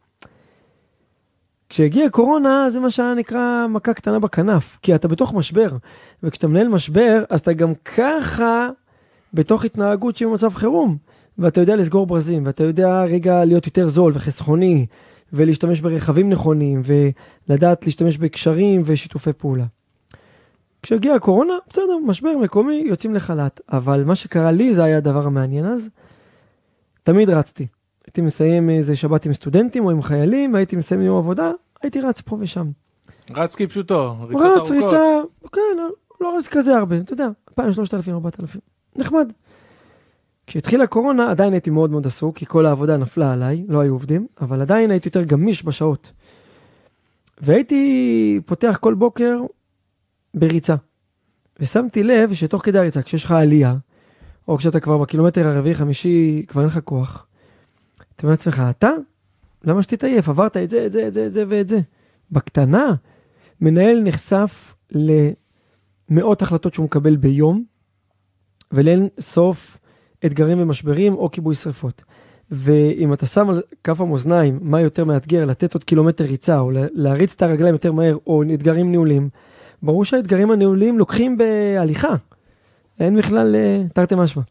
כשהגיעה קורונה, זה מה שנקרא מכה קטנה בכנף, כי אתה בתוך משבר, וכשאתה מנהל משבר, אז אתה גם ככה בתוך התנהגות שהיא במצב חירום, ואתה יודע לסגור ברזים, ואתה יודע רגע להיות יותר זול וחסכוני, ולהשתמש ברכבים נכונים, ולדעת להשתמש בקשרים ושיתופי פעולה. כשהגיעה הקורונה, בסדר, משבר מקומי, יוצאים לחל"ת, אבל מה שקרה לי, זה היה הדבר המעניין אז, תמיד רצתי. הייתי מסיים איזה שבת עם סטודנטים או עם חיילים, הייתי מסיים יום עבודה, הייתי רץ פה ושם. רץ כפשוטו, ריצות ארוכות. ריצה, כן, לא רץ כזה הרבה, אתה יודע, 2,000, 3,000, 4,000, נחמד. כשהתחילה הקורונה, עדיין הייתי מאוד מאוד עסוק, כי כל העבודה נפלה עליי, לא היו עובדים, אבל עדיין הייתי יותר גמיש בשעות. והייתי פותח כל בוקר בריצה. ושמתי לב שתוך כדי הריצה, כשיש לך עלייה, או כשאתה כבר בקילומטר הרביעי, חמישי, כבר אין לך כוח, אתה אומר לעצמך, למה שתתעייף? עברת את זה, את זה, את זה, את זה ואת זה. בקטנה, מנהל נחשף למאות החלטות שהוא מקבל ביום, ולאין סוף אתגרים ומשברים או כיבוי שריפות. ואם אתה שם על כף המאזניים, מה יותר מאתגר, לתת עוד קילומטר ריצה, או להריץ את הרגליים יותר מהר, או אתגרים ניהוליים, ברור שהאתגרים הניהוליים לוקחים בהליכה. אין בכלל תרתי משמע.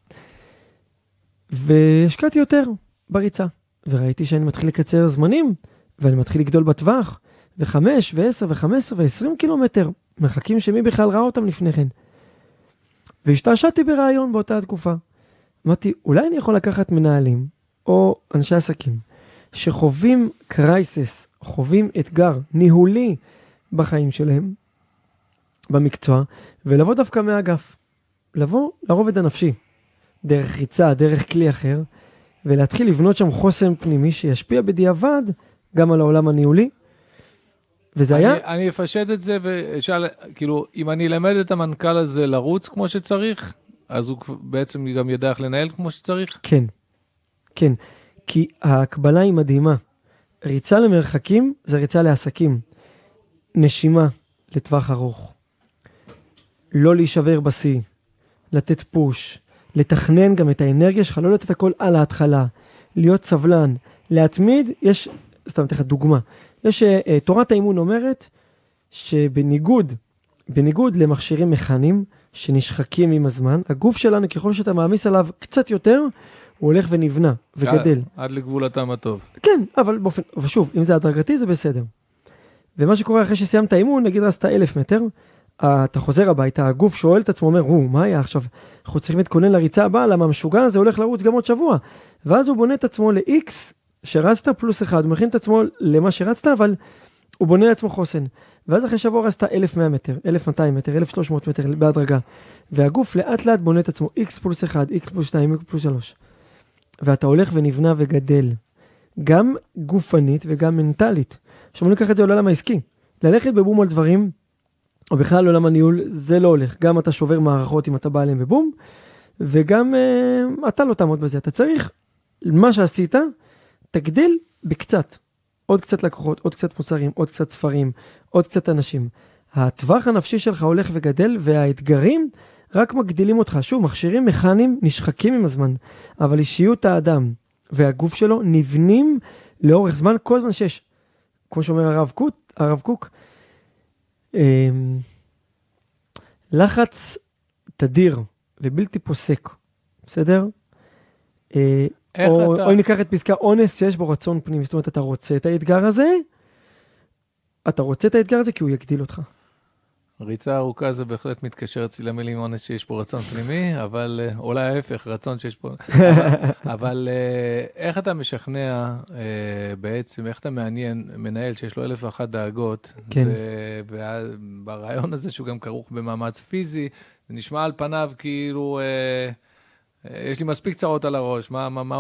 והשקעתי יותר בריצה. וראיתי שאני מתחיל לקצר זמנים, ואני מתחיל לגדול בטווח, ו5, ו10, ו15, ו20 קילומטר, מרחקים שמי בכלל ראה אותם לפני כן. והשתעשעתי ברעיון באותה תקופה. אמרתי, אולי אני יכול לקחת מנהלים, או אנשי עסקים, שחווים קרייסס, חווים אתגר ניהולי בחיים שלהם, במקצוע, ולבוא דווקא מהאגף. לבוא לרובד הנפשי, דרך ריצה, דרך כלי אחר, ולהתחיל לבנות שם חוסן פנימי שישפיע בדיעבד גם על העולם הניהולי. וזה היה... אני אפשט את זה ושאל, כאילו, אם אני אלמד את המנכ"ל הזה לרוץ כמו שצריך, אז הוא בעצם גם ידע איך לנהל כמו שצריך? כן, כן. כי ההקבלה היא מדהימה ריצה למרחקים זה ריצה לעסקים. נשימה לטווח ארוך. לא להישבר בשיא. לתת פוש. לתכנן גם את האנרגיה שלך, לא לתת הכל על ההתחלה. להיות סבלן. להתמיד, יש, סתם תכף דוגמה. יש, תורת האימון אומרת, שבניגוד למכשירים מכניים, שנשחקים עם הזמן, הגוף שלנו, ככל שאתה מעמיס עליו קצת יותר, הוא הולך ונבנה וגדל. עד לגבול הטעם הטוב. כן, אבל שוב, אם זה הדרגתי, זה בסדר. ומה שקורה אחרי שסיימת האימון, נגיד רצת 1,000 מטר, אתה חוזר הביתה, הגוף שואל את עצמו, אומר, מה היה עכשיו? אנחנו צריכים להתכונן לריצה הבאה, למה המשוגע הזה הולך לרוץ גם עוד שבוע. ואז הוא בונה את עצמו ל-X שרצת פלוס 1, הוא מכין את עצמו למה שרצת, אבל הוא בונה לעצמו חוסן. ואז אחרי שבוע רצת 1,100 מטר, 1,200 מטר, 1,300 מטר בהדרגה. והגוף לאט לאט בונה את עצמו X פלוס 1, X פלוס 2, X פלוס 3. ואתה הולך ונבנה וגדל. גם גופנית וגם מנטלית. עכשיו ניקח את זה לעולם העסקי. ללכת בבום על דברים, או בכלל לעולם הניהול, זה לא הולך. גם אתה שובר מערכות אם אתה בא אליהם בבום, וגם אתה לא תעמוד בזה. אתה צריך, מה שעשית, תגדיל בקצת. עוד קצת לקוחות, עוד קצת מוצרים, עוד קצת ספרים, עוד קצת אנשים. הטווח הנפשי שלך הולך וגדל, והאתגרים רק מגדילים אותך. שוב, מכשירים מכניים נשחקים עם הזמן, אבל אישיות האדם והגוף שלו נבנים לאורך זמן, כל זמן שיש, כמו שאומר הרב קוק, לחץ תדיר ובלתי פוסק, בסדר? או ניקח את פסקה אונס שיש בו רצון פנימי, זאת אומרת, אתה רוצה את האתגר הזה, כי הוא יגדיל אותך. ריצה ארוכה זה בהחלט מתקשר אצלי למילים אונס שיש פה רצון פנימי, אבל אולי ההפך, רצון שיש פה... אבל איך אתה משכנע בעצם, איך אתה מעניין מנהל שיש לו 1,001 דאגות, כן. ברעיון הזה שהוא גם כרוך במאמץ פיזי, זה נשמע על פניו כאילו... יש לי מספיק צרות על הראש,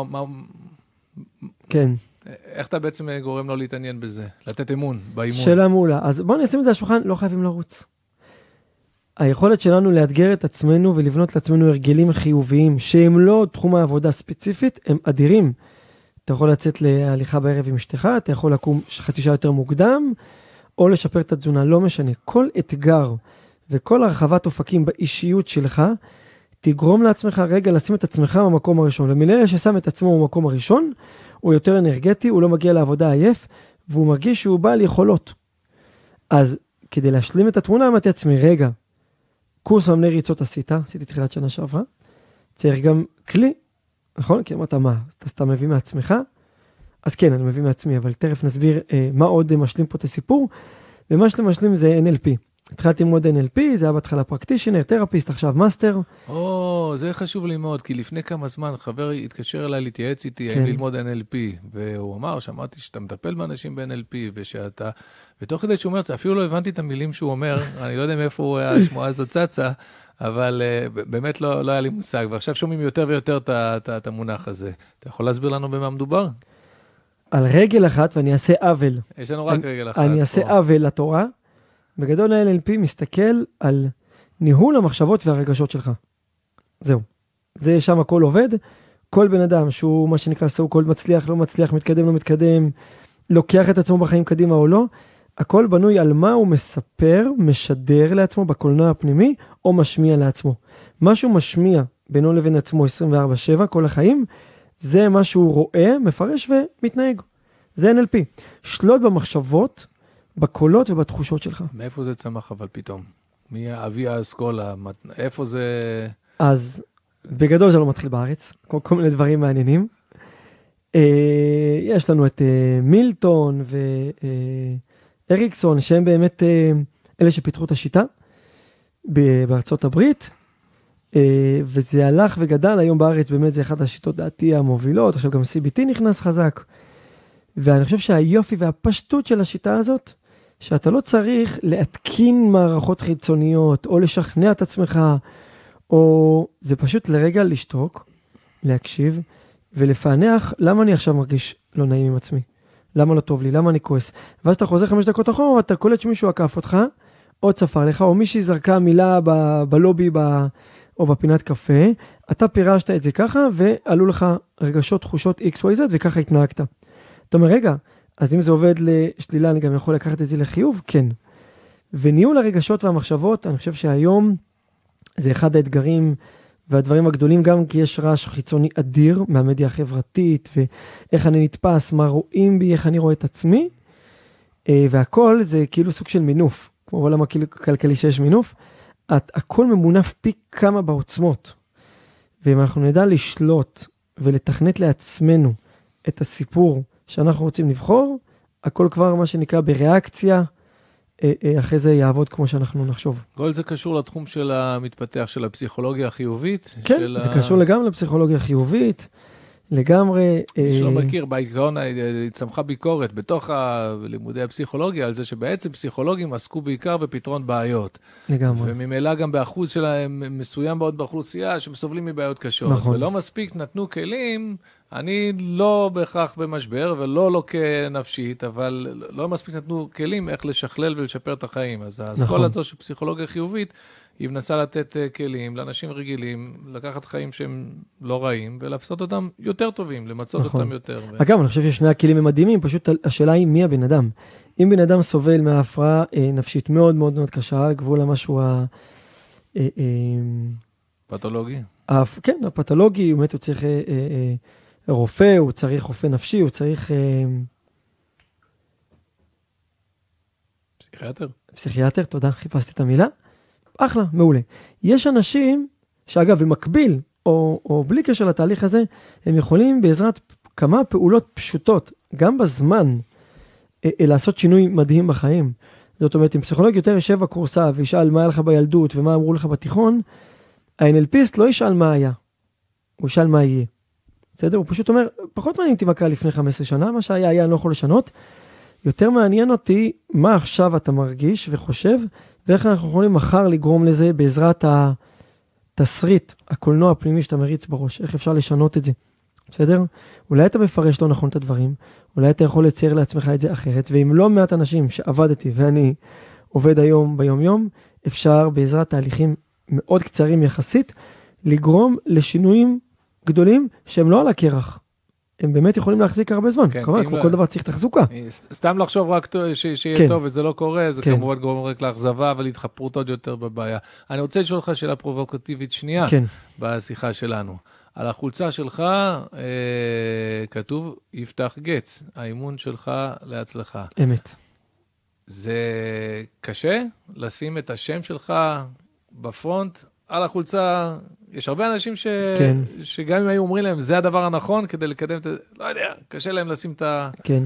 כן. איך אתה בעצם גורם לו להתעניין בזה? לתת אמון באימון? שאלה מעולה. אז בואו נשים את זה על השולחן, לא חייבים לרוץ. היכולת שלנו לאתגר את עצמנו ולבנות לעצמנו הרגלים חיוביים, שהם לא תחום העבודה ספציפית, הם אדירים. אתה יכול לצאת להליכה בערב עם אשתך, אתה יכול לקום חצי שעה יותר מוקדם, או לשפר את התזונה, לא משנה. כל אתגר וכל הרחבת אופקים באישיות שלך, תגרום לעצמך רגע לשים את עצמך במקום הראשון. ומנהל ששם את עצמו במקום הראשון, הוא יותר אנרגטי, הוא לא מגיע לעבודה עייף, והוא מרגיש שהוא בעל יכולות. אז כדי להשלים את התמונה, אמרתי עצמי, רגע, קורס מאמני ריצות עשיתי תחילת שנה שעברה, צריך גם כלי, נכון? כי אמרת, מה? אתה סתם מביא מעצמך? אז כן, אני מביא מעצמי, אבל תכף נסביר מה עוד משלים פה את הסיפור, ומה שמשלים זה NLP. התחלתי ללמוד NLP, זה היה בהתחלה פרקטישנר, תרפיסט, עכשיו מאסטר. זה חשוב לי מאוד, כי לפני כמה זמן חבר התקשר אליי להתייעץ איתי, האם ללמוד NLP, והוא אמר, שמעתי שאתה מטפל באנשים ב-NLP, ותוך כדי שהוא אומר, אפילו לא הבנתי את המילים שהוא אומר, אני לא יודע מאיפה השמועה הזאת צצה, אבל באמת לא היה לי מושג, ועכשיו שומעים יותר ויותר את המונח הזה. אתה יכול להסביר לנו במה מדובר? על רגל אחת, ואני אעשה עוול. יש לנו רק רגל אחת. אני אעשה עוול לתורה, בגדול ה-NLP מסתכל על ניהול המחשבות והרגשות שלך. זהו. זה שם הכל עובד. כל בן אדם שהוא מה שנקרא so called מצליח, לא מצליח, מתקדם, לא מתקדם, לוקח את עצמו בחיים קדימה או לא, הכל בנוי על מה הוא מספר, משדר לעצמו בקולנוע הפנימי, או משמיע לעצמו. מה שהוא משמיע בינו לבין עצמו 24/7, כל החיים, זה מה שהוא רואה, מפרש ומתנהג. זה NLP. שלוט במחשבות, בקולות ובתחושות שלך. מאיפה זה צמח אבל פתאום? מי אבי האסכולה? איפה זה... אז בגדול זה לא מתחיל בארץ, כל מיני דברים מעניינים. יש לנו את מילטון ואריקסון, שהם באמת אלה שפיתחו את השיטה בארצות הברית, וזה הלך וגדל, היום בארץ באמת זה אחת השיטות דעתי המובילות, עכשיו גם CBT נכנס חזק, ואני חושב שהיופי והפשטות של השיטה הזאת, שאתה לא צריך להתקין מערכות חיצוניות, או לשכנע את עצמך, או זה פשוט לרגע לשתוק, להקשיב, ולפענח למה אני עכשיו מרגיש לא נעים עם עצמי, למה לא טוב לי, למה אני כועס. ואז אתה חוזר 5 דקות אחורה, ואתה קולט שמישהו עקף אותך, או צפר לך, או מישהי זרקה מילה בלובי או בפינת קפה, אתה פירשת את זה ככה, ועלו לך רגשות, תחושות XYZ, וככה התנהגת. אתה אומר, רגע, אז אם זה עובד לשלילה, אני גם יכול לקחת את זה לחיוב? כן. וניהול הרגשות והמחשבות, אני חושב שהיום זה אחד האתגרים והדברים הגדולים, גם כי יש רעש חיצוני אדיר מהמדיה החברתית, ואיך אני נתפס, מה רואים בי, איך אני רואה את עצמי, והכל זה כאילו סוג של מינוף, כמו בעולם הכלכלי שיש מינוף, הכל ממונף פי כמה בעוצמות, ואם אנחנו נדע לשלוט ולתכנת לעצמנו את הסיפור שאנחנו רוצים לבחור, הכל כבר מה שנקרא בריאקציה, אחרי זה יעבוד כמו שאנחנו נחשוב. כל זה קשור לתחום של המתפתח של הפסיכולוגיה החיובית? כן, זה קשור לגמרי לפסיכולוגיה חיובית, לגמרי... מי שלא מכיר, בעיקרון צמחה ביקורת בתוך לימודי הפסיכולוגיה, על זה שבעצם פסיכולוגים עסקו בעיקר בפתרון בעיות. לגמרי. וממילא גם באחוז שלהם מסוים מאוד באוכלוסייה, שסובלים מבעיות קשות. נכון. ולא מספיק נתנו כלים, אני לא בהכרח במשבר, ולא לוקה נפשית, אבל לא מספיק נתנו כלים איך לשכלל ולשפר את החיים. אז האסכולה הזו של פסיכולוגיה חיובית, היא מנסה לתת כלים לאנשים רגילים, לקחת חיים שהם לא רעים, ולעשות אותם יותר טובים, למצות אותם יותר. אגב, אני חושב ששני הכלים הם מדהימים, פשוט השאלה היא מי הבן אדם. אם בן אדם סובל מהפרעה נפשית מאוד מאוד מאוד קשה, על גבול המשהו פתולוגי? כן, הפתולוגי, באמת הוא צריך רופא, הוא צריך רופא נפשי, הוא צריך... פסיכיאטר. פסיכיאטר, תודה, חיפשתי את המילה. אחלה, מעולה. יש אנשים שאגב, במקביל, או בלי קשר לתהליך הזה, הם יכולים בעזרת כמה פעולות פשוטות, גם בזמן, לעשות שינוי מדהים בחיים. זאת אומרת, אם פסיכולוג יותר יושב בקורסה וישאל מה היה לך בילדות ומה אמרו לך בתיכון, ה-NLPיסט לא ישאל מה היה, הוא ישאל מה יהיה. בסדר? הוא פשוט אומר, פחות מעניין אותי מה קרה לפני 15 שנה, מה שהיה, אני לא יכול לשנות. יותר מעניין אותי מה עכשיו אתה מרגיש וחושב, ואיך אנחנו יכולים מחר לגרום לזה בעזרת התסריט, הקולנוע הפנימי שאתה מריץ בראש, איך אפשר לשנות את זה. בסדר? אולי אתה מפרש לא נכון את הדברים, אולי אתה יכול לצייר לעצמך את זה אחרת, ואם לא מעט אנשים שעבדתי ואני עובד היום ביום יום, אפשר בעזרת תהליכים מאוד קצרים יחסית, לגרום לשינויים גדולים שהם לא על הקרח. הם באמת יכולים להחזיק הרבה זמן. כן, כמובן, כמו כל דבר צריך תחזוקה. סתם לחשוב רק שיהיה כן. טוב וזה לא קורה, זה כן. כמובן גורם רק לאכזבה ולהתחפרות עוד יותר בבעיה. אני רוצה לשאול אותך שאלה פרובוקטיבית שנייה כן. בשיחה שלנו. על החולצה שלך כתוב, יפתח גץ, האימון שלך להצלחה. אמת. זה קשה לשים את השם שלך בפרונט על החולצה. יש הרבה אנשים כן. שגם אם היו אומרים להם, זה הדבר הנכון כדי לקדם את זה, לא יודע, קשה להם לשים את ה... כן.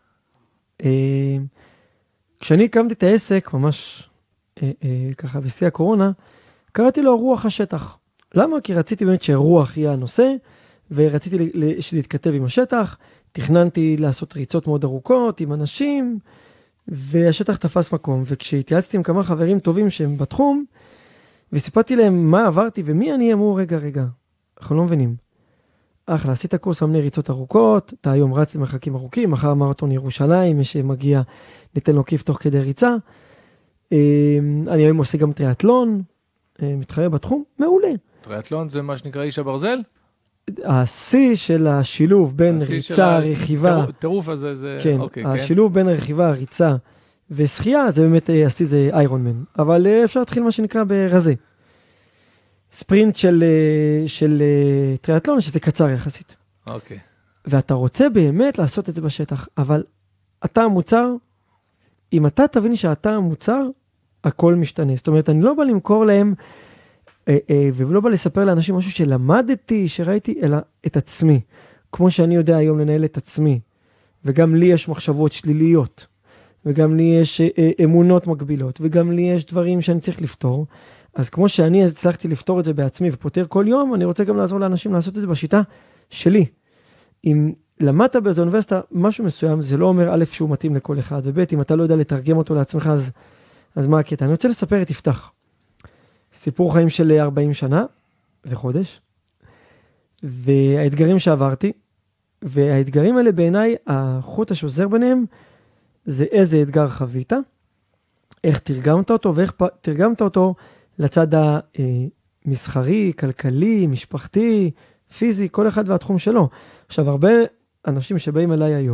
כשאני הקמתי את העסק, ממש ככה בשיא הקורונה, קראתי לו רוח השטח. למה? כי רציתי באמת שרוח יהיה הנושא, ורציתי להתכתב עם השטח, תכננתי לעשות ריצות מאוד ארוכות עם אנשים, והשטח תפס מקום, וכשהתייעצתי עם כמה חברים טובים שהם בתחום, וסיפרתי להם מה עברתי ומי אני, אמרו, רגע, אנחנו לא מבינים. אחלה, עשית קורס אמני ריצות ארוכות, אתה היום רץ למרחקים ארוכים, מחר מרתון ירושלים, מי שמגיע ניתן לו כיף תוך כדי ריצה. אני היום עושה גם טריאטלון, מתחרה בתחום, מעולה. טריאטלון זה מה שנקרא איש הברזל? השיא של השילוב בין ריצה, רכיבה. טירוף הזה זה... כן, אוקיי, השילוב בין הרכיבה, ריצה ושחייה, זה באמת השיא זה איירון מן. אבל אפשר להתחיל מה שנקרא ברזה. ספרינט של טריאטלון, שזה קצר יחסית. אוקיי. ואתה רוצה באמת לעשות את זה בשטח, אבל אתה המוצר, אם אתה תבין שאתה המוצר, הכל משתנה. זאת אומרת, אני לא בא למכור להם, ולא בא לספר לאנשים משהו שלמדתי, שראיתי, אלא את עצמי. כמו שאני יודע היום לנהל את עצמי, וגם לי יש מחשבות שליליות, וגם לי יש אמונות מגבילות, וגם לי יש דברים שאני צריך לפתור. אז כמו שאני הצלחתי לפתור את זה בעצמי ופותר כל יום, אני רוצה גם לעזור לאנשים לעשות את זה בשיטה שלי. אם למדת באיזו אוניברסיטה משהו מסוים, זה לא אומר א' שהוא מתאים לכל אחד, וב' אם אתה לא יודע לתרגם אותו לעצמך, אז מה הקטע? אני רוצה לספר את יפתח. סיפור חיים של 40 שנה וחודש, והאתגרים שעברתי, והאתגרים האלה בעיניי, החוט השוזר ביניהם, זה איזה אתגר חווית, איך תרגמת אותו, ואיך תרגמת אותו לצד המסחרי, כלכלי, משפחתי, פיזי, כל אחד והתחום שלו. עכשיו, הרבה אנשים שבאים אליי היום,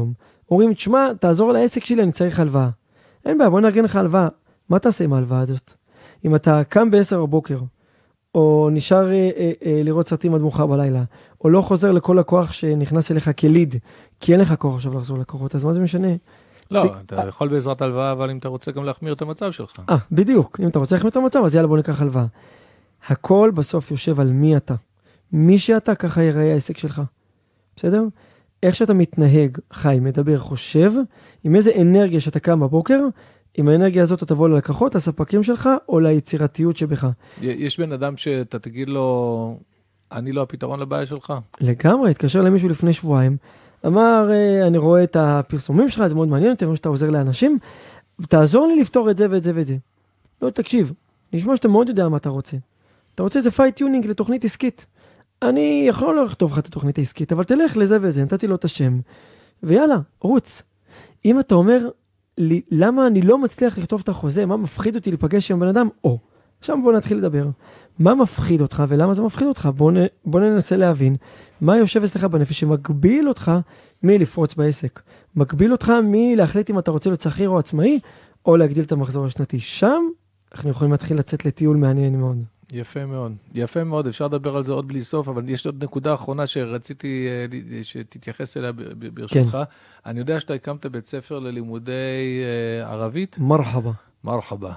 אומרים, תשמע, תעזור לעסק שלי, אני צריך הלוואה. אין בעיה, בוא נארגן לך הלוואה. מה תעשה עם ההלוואה הזאת? אם אתה קם ב-10 בבוקר, או נשאר לראות סרטים עד מאוחר בלילה, או לא חוזר לכל הכוח שנכנס אליך כליד, כי אין לך כוח עכשיו לחזור לקוחות, אז מה זה משנה? לא, אתה יכול בעזרת הלוואה, אבל אם אתה רוצה גם להחמיר את המצב שלך. בדיוק. אם אתה רוצה להחמיר את המצב, אז יאללה, בוא ניקח הלוואה. הכל בסוף יושב על מי אתה. מי שאתה, ככה ייראה העסק שלך. בסדר? איך שאתה מתנהג, חי, מדבר, חושב, עם איזה אנרגיה שאתה קם בבוקר, עם האנרגיה הזאת אתה תבוא ללקוחות, הספקים שלך, או ליצירתיות שבך. יש בן אדם שאתה תגיד לו, אני לא הפתרון לבעיה שלך? לגמרי, התקשר למישהו לפני שבועיים, אמר, אני רואה את הפרסומים שלך, זה מאוד מעניין, אתה רואה שאתה עוזר לאנשים, תעזור לי לפתור את זה ואת זה ואת זה. לא, תקשיב, נשמע שאתה מאוד יודע מה אתה רוצה. אתה רוצה איזה פייט-טיונינג לתוכנית עסקית. אני יכול לא לכתוב לך את התוכנית העסקית, אבל תלך לזה וזה, נתתי לו את השם, ויאללה, רוץ. אם אתה אומר לי, למה אני לא מצליח לכתוב את החוזה, מה מפחיד אותי לפגש עם בן אדם? עכשיו בוא נתחיל לדבר. מה מפחיד אותך ולמה זה מפחיד אותך? בוא ננסה להבין מה יושב אצלך בנפש שמגביל אותך מלפרוץ בעסק. מגביל אותך מלהחליט אם אתה רוצה להיות שכיר או עצמאי, או להגדיל את המחזור השנתי. שם אנחנו יכולים להתחיל לצאת לטיול מעניין מאוד. יפה מאוד, יפה מאוד, אפשר לדבר על זה עוד בלי סוף, אבל יש עוד נקודה אחרונה שרציתי שתתייחס אליה ברשותך. כן. אני יודע שאתה הקמת בית ספר ללימודי ערבית. מרחבה. מרחבה.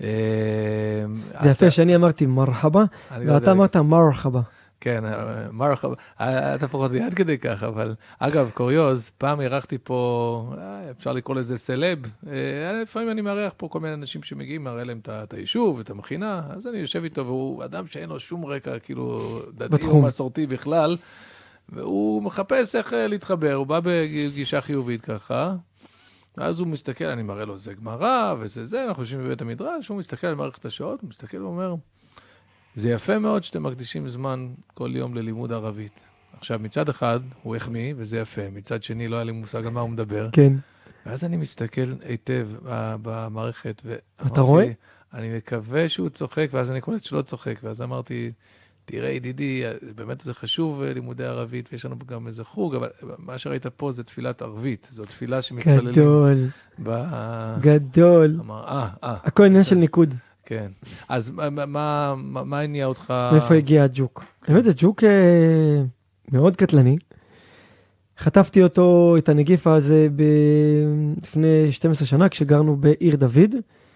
זה יפה שאני אמרתי מרחבה, ואתה אמרת מרחבה. כן, מרחבה, אתה פחות ליד כדי כך, אבל אגב, קוריוז, פעם ערכתי פה, אפשר לקרוא לזה סלב, לפעמים אני מארח פה כל מיני אנשים שמגיעים, מראה להם את היישוב, את המכינה, אז אני יושב איתו, והוא אדם שאין לו שום רקע, כאילו, דתי או מסורתי בכלל, והוא מחפש איך להתחבר, הוא בא בגישה חיובית ככה, אז הוא מסתכל, אני מראה לו, זה גמרא, וזה זה, אנחנו יושבים בבית המדרש, הוא מסתכל על מערכת השעות, הוא מסתכל ואומר, זה יפה מאוד שאתם מקדישים זמן כל יום ללימוד ערבית. עכשיו, מצד אחד, הוא החמיא, וזה יפה. מצד שני, לא היה לי מושג על מה הוא מדבר. כן. ואז אני מסתכל היטב במערכת, אתה רואה? אני מקווה שהוא צוחק, ואז אני קולט שלא צוחק. ואז אמרתי, תראה, ידידי, באמת זה חשוב לימודי ערבית, ויש לנו גם איזה חוג, אבל מה שראית פה זה תפילת ערבית. זו תפילה שמתפללים. גדול. אמר, הכל עניין של ניקוד. כן. אז מה הניע אותך? מאיפה הגיע הג'וק? באמת זה ג'וק מאוד קטלני. חטפתי אותו, את הנגיף הזה, לפני 12 שנה, כשגרנו בעיר דוד,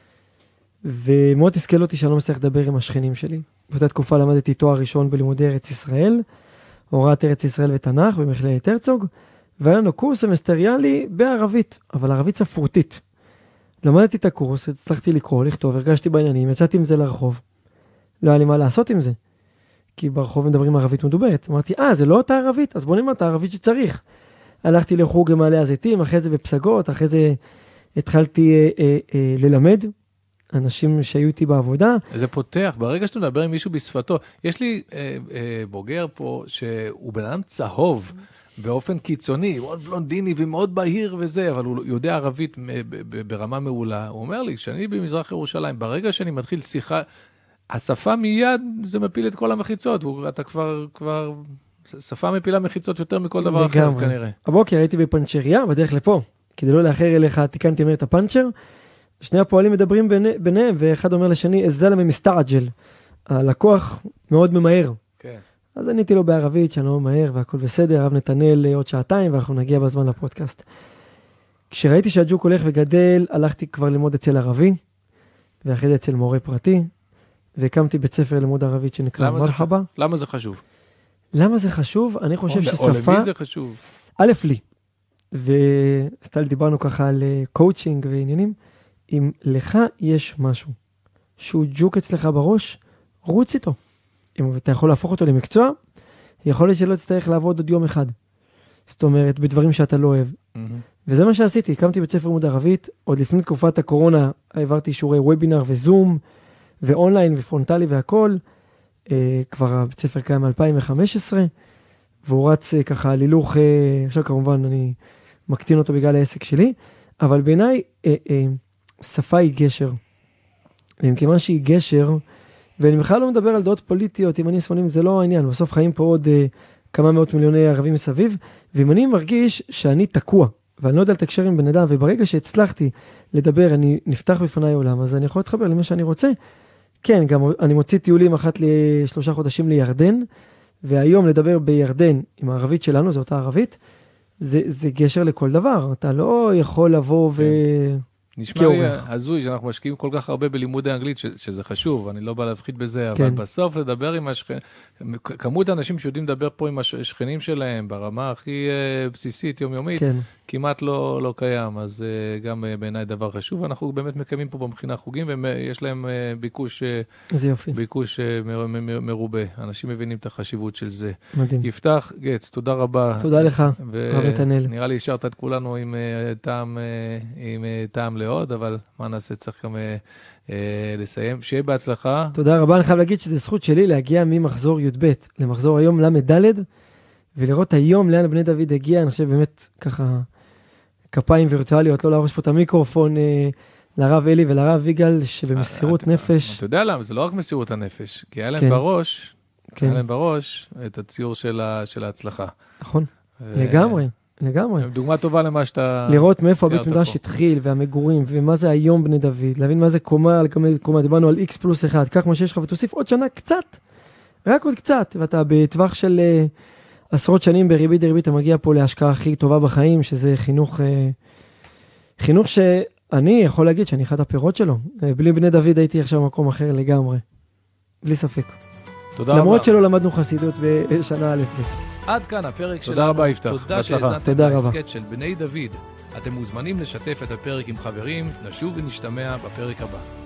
ומאוד הסכל אותי שאני לא מצליח לדבר עם השכנים שלי. באותה תקופה למדתי תואר ראשון בלימודי ארץ ישראל, הוראת ארץ ישראל ותנ"ך במכללת הרצוג, והיה לנו קורס סמסטריאלי בערבית, אבל ערבית ספרותית. למדתי את הקורס, הצלחתי לקרוא, לכתוב, הרגשתי בעניינים, יצאתי עם זה לרחוב. לא היה לי מה לעשות עם זה. כי ברחוב מדברים ערבית מדוברת. אמרתי, זה לא אותה ערבית? אז בוא נלמד את הערבית שצריך. הלכתי לחוג מעלה הזיתים, אחרי זה בפסגות, אחרי זה התחלתי ללמד אנשים שהיו איתי בעבודה. זה פותח, ברגע שאתה מדבר עם מישהו בשפתו. יש לי בוגר פה שהוא בן אדם צהוב, באופן קיצוני, מאוד בלונדיני ומאוד בהיר וזה, אבל הוא יודע ערבית ברמה מעולה. הוא אומר לי, כשאני במזרח ירושלים, ברגע שאני מתחיל שיחה, השפה מיד זה מפיל את כל המחיצות, ואתה כבר שפה מפילה מחיצות יותר מכל דבר אחר כנראה. הבוקר הייתי בפנצ'ריה, בדרך לפה, כדי לא לאחר אליך, תיקנתי אומר את הפנצ'ר, שני הפועלים מדברים ביניהם, ואחד אומר לשני, זלמה מסתעג'ל, הלקוח מאוד ממהר. כן. אז עניתי לו בערבית, שאני לא מהר והכל בסדר, הרב נתנאל עוד שעתיים, ואנחנו נגיע בזמן לפודקאסט. כשראיתי שהג'וק הולך וגדל, הלכתי כבר ללמוד אצל ערבי, ואחרי זה אצל מורה פרטי, והקמתי בית ספר ללימוד ערבית שנקרא מרחבה. למה זה חשוב? למה זה חשוב? אני חושב ששפה... או למי זה חשוב? א' לי. וסטל דיברנו ככה על קואוצ'ינג ועניינים. אם לך יש משהו שהוא ג'וק אצלך בראש, רוץ איתו. אם אתה יכול להפוך אותו למקצוע, יכול להיות שלא תצטרך לעבוד עוד יום אחד. זאת אומרת, בדברים שאתה לא אוהב. וזה מה שעשיתי. הקמתי בית ספר לימוד ערבית. עוד לפני תקופת הקורונה העברתי שיעורי וובינר וזום, ואונליין ופרונטלי והכל. כבר הבית ספר קיים 2015, והוא רץ ככה לילוך, עכשיו כמובן אני מקטין אותו בגלל העסק שלי, אבל בעיניי שפה היא גשר. וכיוון שהיא גשר, ואני בכלל לא מדבר על דעות פוליטיות, ימנים שמאליים זה לא העניין, בסוף חיים פה עוד כמה מאות מיליוני ערבים מסביב, ואם אני מרגיש שאני תקוע, ואני לא יודע לתקשר עם בן אדם, וברגע שהצלחתי לדבר, אני נפתח בפניי עולם, אז אני יכול להתחבר למה שאני רוצה. כן, גם אני מוציא טיולים אחת ל3 חודשים לירדן, והיום לדבר בירדן עם הערבית שלנו, זו אותה ערבית, זה גשר לכל דבר. אתה לא יכול לבוא נשמע לי הזוי שאנחנו משקיעים כל כך הרבה בלימוד האנגלית, שזה חשוב, אני לא בא להפחית בזה, אבל בסוף לדבר עם השכנים, כמות האנשים שיודעים לדבר פה עם השכנים שלהם, ברמה הכי בסיסית, יומיומית, כמעט לא קיים, אז גם בעיניי דבר חשוב, אנחנו באמת מקיימים פה במכינה חוגים, ויש להם ביקוש מרובה, אנשים מבינים את החשיבות של זה. מדהים. יפתח גץ, תודה רבה. תודה לך, רב נתנאל. נראה לי השארת את כולנו עם טעם לעוד, אבל מה נעשה, צריך גם לסיים. שיהיה בהצלחה. תודה רבה, אני חייב להגיד שזו זכות שלי להגיע ממחזור י"ב למחזור היום למד' ולראות היום לאן בני דוד הגיע, אני חושב באמת ככה כפיים וירטואליות, לא להרוס פה את המיקרופון לרב אלי ולרב ויגל, שבמסירות נפש. אתה יודע למה, זה לא רק מסירות הנפש, כי היה להם בראש את הציור של ההצלחה. נכון, לגמרי. לגמרי. דוגמה טובה למה שאתה... לראות מאיפה הבית מדרש התחיל, והמגורים, ומה זה היום בני דוד, להבין מה זה קומה, דיברנו על X+1, כך מה שיש לך, ותוסיף עוד שנה קצת, רק עוד קצת, ואתה בטווח של עשרות שנים בריבית דריבית, אתה מגיע פה להשקעה הכי טובה בחיים, שזה חינוך שאני יכול להגיד שאני אחד הפירות שלו. בלי בני דוד הייתי עכשיו במקום אחר לגמרי. בלי ספק. תודה רבה. למרות שלא למדנו חסידות בשנה א'. עד כאן הפרק שלנו. תודה רבה יפתח. תודה שהזנתם להסקט של בני דוד. אתם מוזמנים לשתף את הפרק עם חברים, נשוב ונשתמע בפרק הבא.